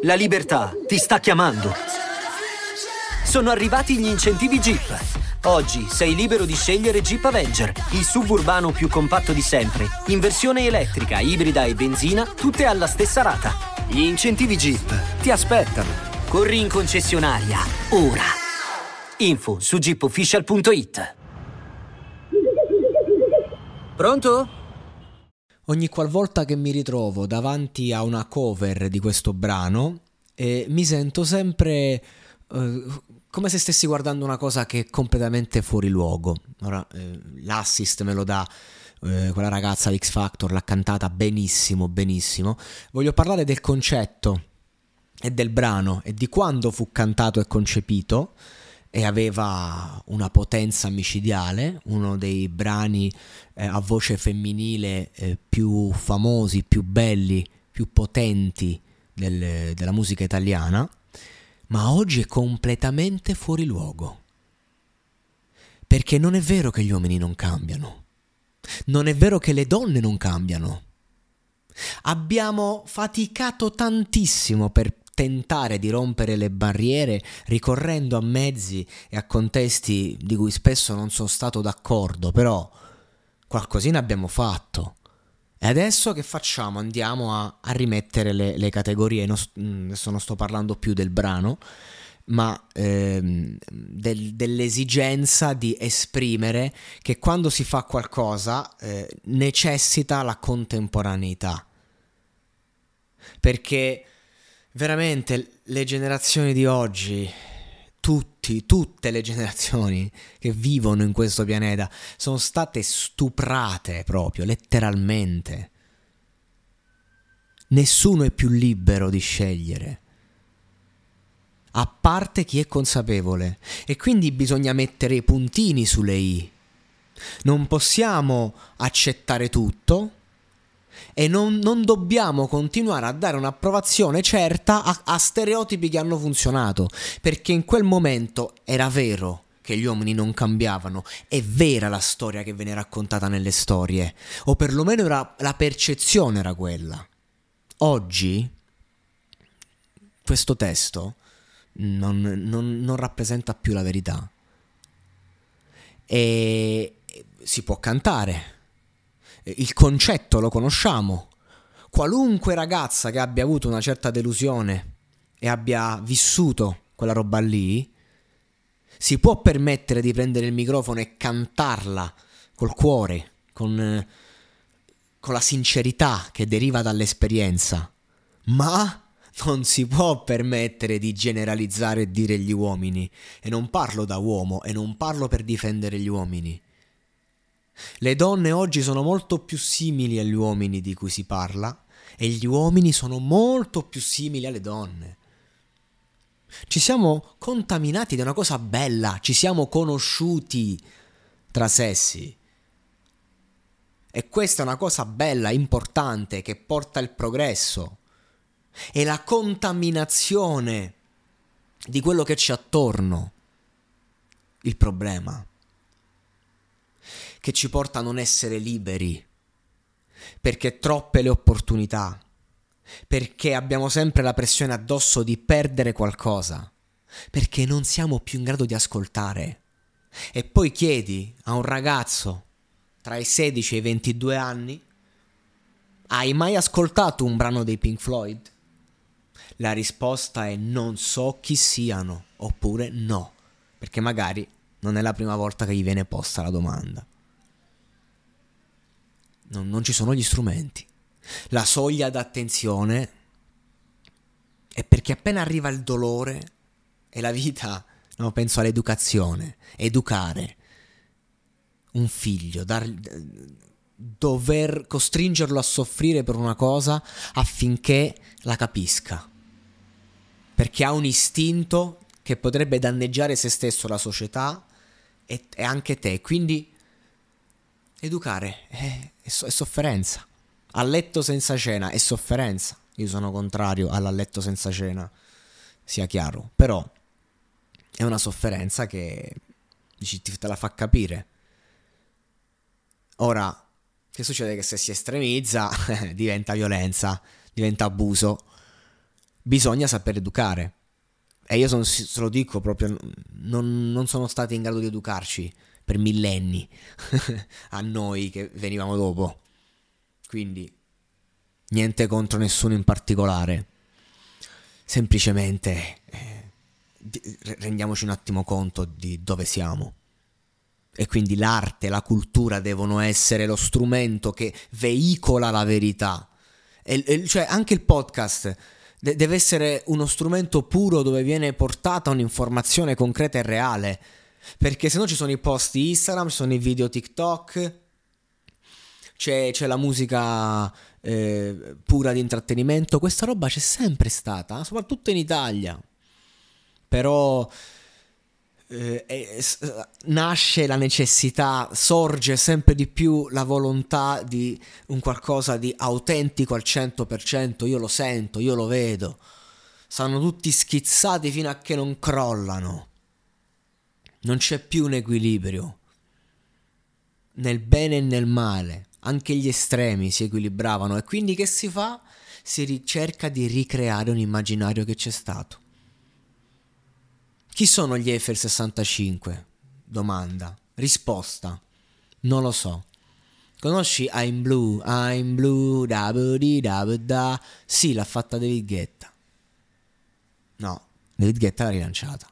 La libertà ti sta chiamando. Sono arrivati gli incentivi Jeep. Oggi sei libero di scegliere Jeep Avenger, il SUV urbano più compatto di sempre, in versione elettrica, ibrida e benzina, tutte alla stessa rata. Gli incentivi Jeep ti aspettano. Corri in concessionaria, ora. Info su jeepofficial.it. Pronto? Ogni qualvolta che mi ritrovo davanti a una cover di questo brano, mi sento sempre come se stessi guardando una cosa che è completamente fuori luogo. Ora, l'assist me lo dà quella ragazza di X Factor, l'ha cantata benissimo, benissimo. Voglio parlare del concetto e del brano e di quando fu cantato e concepito, e aveva una potenza micidiale, uno dei brani a voce femminile più famosi, più belli, più potenti della musica italiana, ma oggi è completamente fuori luogo. Perché non è vero che gli uomini non cambiano, non è vero che le donne non cambiano. Abbiamo faticato tantissimo per tentare di rompere le barriere ricorrendo a mezzi e a contesti di cui spesso non sono stato d'accordo, però qualcosina abbiamo fatto. E adesso che facciamo? Andiamo a rimettere le categorie. Adesso non sto parlando più del brano, ma dell'esigenza di esprimere che quando si fa qualcosa necessita la contemporaneità. Perché veramente le generazioni di oggi, tutte le generazioni che vivono in questo pianeta sono state stuprate proprio, letteralmente. Nessuno è più libero di scegliere, a parte chi è consapevole, e quindi bisogna mettere i puntini sulle i. Non possiamo accettare tutto e non dobbiamo continuare a dare un'approvazione certa a stereotipi che hanno funzionato, perché in quel momento era vero che gli uomini non cambiavano, è vera la storia che viene raccontata nelle storie, o perlomeno la percezione era quella. Oggi questo testo non rappresenta più la verità, e si può cantare, il concetto lo conosciamo. Qualunque ragazza che abbia avuto una certa delusione e abbia vissuto quella roba lì si può permettere di prendere il microfono e cantarla col cuore, con la sincerità che deriva dall'esperienza, ma non si può permettere di generalizzare e dire gli uomini. E non parlo da uomo, e non parlo per difendere gli uomini. Le donne oggi sono molto più simili agli uomini di cui si parla, e gli uomini sono molto più simili alle donne. Ci siamo contaminati da una cosa bella, ci siamo conosciuti tra sessi. E questa è una cosa bella, importante, che porta il progresso. E la contaminazione di quello che c'è attorno, il problema, che ci porta a non essere liberi, perché troppe le opportunità, perché abbiamo sempre la pressione addosso di perdere qualcosa, perché non siamo più in grado di ascoltare. E poi chiedi a un ragazzo tra i 16 e i 22 anni: hai mai ascoltato un brano dei Pink Floyd? La risposta è non so chi siano, oppure no, perché magari non è la prima volta che gli viene posta la domanda. Non ci sono gli strumenti. La soglia d'attenzione è perché appena arriva il dolore e la vita, no, penso all'educazione, educare un figlio, dover costringerlo a soffrire per una cosa affinché la capisca, perché ha un istinto che potrebbe danneggiare se stesso, la società e anche te. Quindi educare è sofferenza. A letto senza cena è sofferenza. Io sono contrario alla letto senza cena, sia chiaro, però è una sofferenza che te la fa capire. Ora, che succede? Che se si estremizza diventa violenza, diventa abuso. bisogna saper educare. E io se lo dico proprio, non sono stati in grado di educarci per millenni a noi che venivamo dopo. Quindi niente contro nessuno in particolare, semplicemente rendiamoci un attimo conto di dove siamo. E quindi l'arte, la cultura devono essere lo strumento che veicola la verità. Cioè anche il podcast deve essere uno strumento puro dove viene portata un'informazione concreta e reale. Perché se no ci sono i post Instagram, ci sono i video TikTok, c'è la musica pura di intrattenimento. Questa roba c'è sempre stata, soprattutto in Italia. Però nasce la necessità, sorge sempre di più la volontà di un qualcosa di autentico al 100%. Io lo sento, io lo vedo. Stanno tutti schizzati fino a che non crollano. Non c'è più un equilibrio nel bene e nel male. Anche gli estremi si equilibravano. E quindi che si fa? Si cerca di ricreare un immaginario che c'è stato. Chi sono gli Eiffel 65? Domanda. Risposta. Non lo so. Conosci I'm Blue, da. Sì, l'ha fatta David Guetta. No, David Guetta l'ha rilanciata.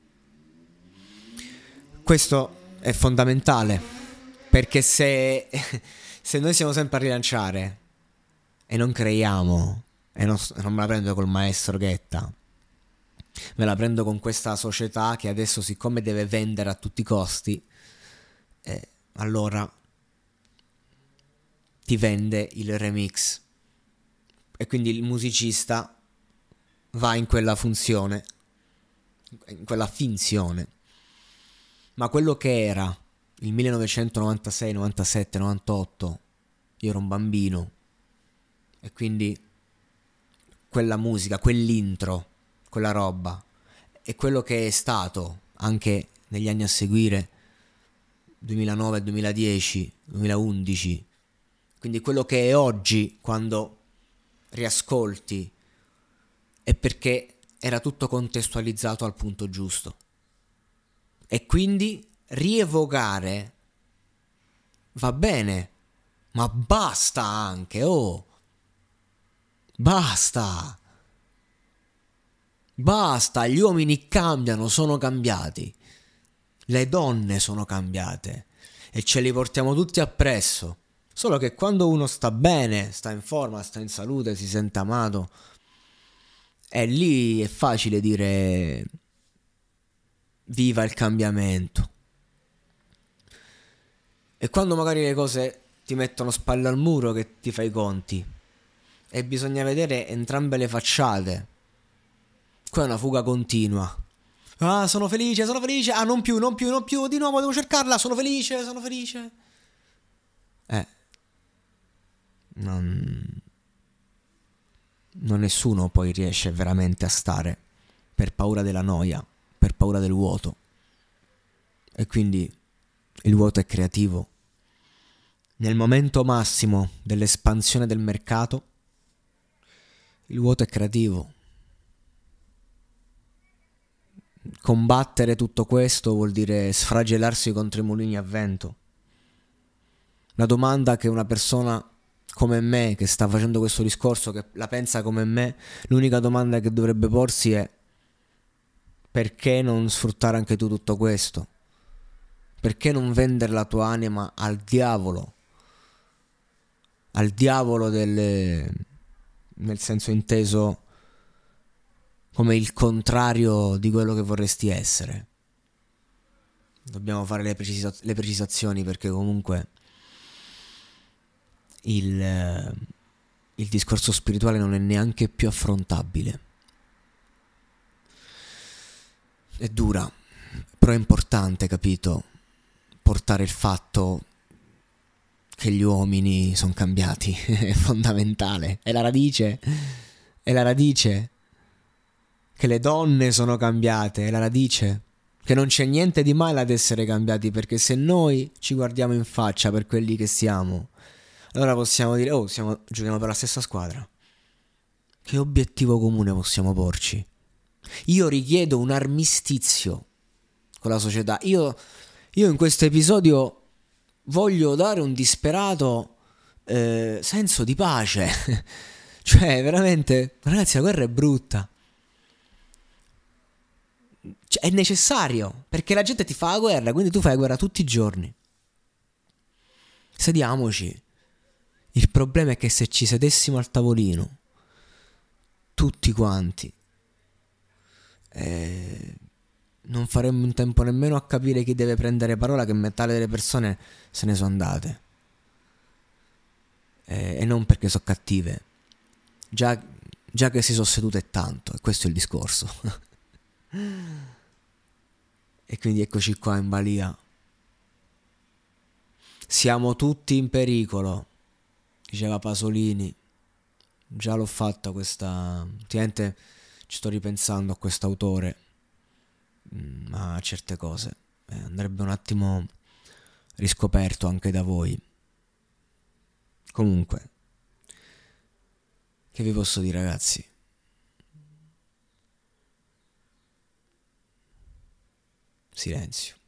Questo è fondamentale, perché se noi siamo sempre a rilanciare e non creiamo, e non me la prendo col maestro Guetta, me la prendo con questa società che adesso, siccome deve vendere a tutti i costi, allora ti vende il remix, e quindi il musicista va in quella funzione, in quella finzione. Ma quello che era il 1996, 97, 98, io ero un bambino, e quindi quella musica, quell'intro, quella roba, e quello che è stato anche negli anni a seguire, 2009, 2010, 2011, quindi quello che è oggi quando riascolti, è perché era tutto contestualizzato al punto giusto. E quindi rievocare va bene, ma basta anche, basta, gli uomini cambiano, sono cambiati, le donne sono cambiate e ce li portiamo tutti appresso. Solo che quando uno sta bene, sta in forma, sta in salute, si sente amato, e lì è facile dire viva il cambiamento. E quando magari le cose ti mettono spalle al muro, che ti fai i conti, e bisogna vedere entrambe le facciate. Qua è una fuga continua. Ah, sono felice, ah, non più, di nuovo devo cercarla, sono felice. Non nessuno poi riesce veramente a stare, per paura della noia, per paura del vuoto. E quindi il vuoto è creativo. Nel momento massimo dell'espansione del mercato, il vuoto è creativo. Combattere tutto questo vuol dire sfragellarsi contro i mulini a vento. La domanda che una persona come me, che sta facendo questo discorso, che la pensa come me, l'unica domanda che dovrebbe porsi è: perché non sfruttare anche tu tutto questo? Perché non vendere la tua anima al diavolo? Al diavolo nel senso inteso come il contrario di quello che vorresti essere. Dobbiamo fare le precisazioni, perché comunque il discorso spirituale non è neanche più affrontabile. È dura, però è importante, capito? Portare il fatto che gli uomini sono cambiati è fondamentale, è la radice, che le donne sono cambiate, è la radice, che non c'è niente di male ad essere cambiati, perché se noi ci guardiamo in faccia per quelli che siamo, allora possiamo dire: giochiamo per la stessa squadra, Che obiettivo comune possiamo porci? Io richiedo un armistizio con la società. Io in questo episodio voglio dare un disperato senso di pace. Cioè, veramente, ragazzi, la guerra è brutta. Cioè, è necessario, perché la gente ti fa la guerra, quindi tu fai la guerra tutti i giorni. Sediamoci. Il problema è che se ci sedessimo al tavolino, tutti quanti, non faremmo in tempo nemmeno a capire chi deve prendere parola, che metà delle persone se ne sono andate. E non perché sono cattive, già che si sono sedute è tanto, e questo è il discorso. E quindi eccoci qua in balia. Siamo tutti in pericolo, diceva Pasolini. Già l'ho fatta questa. Ultimamente ci sto ripensando a quest'autore, a certe cose. Andrebbe un attimo riscoperto anche da voi. Comunque, che vi posso dire, ragazzi? Silenzio.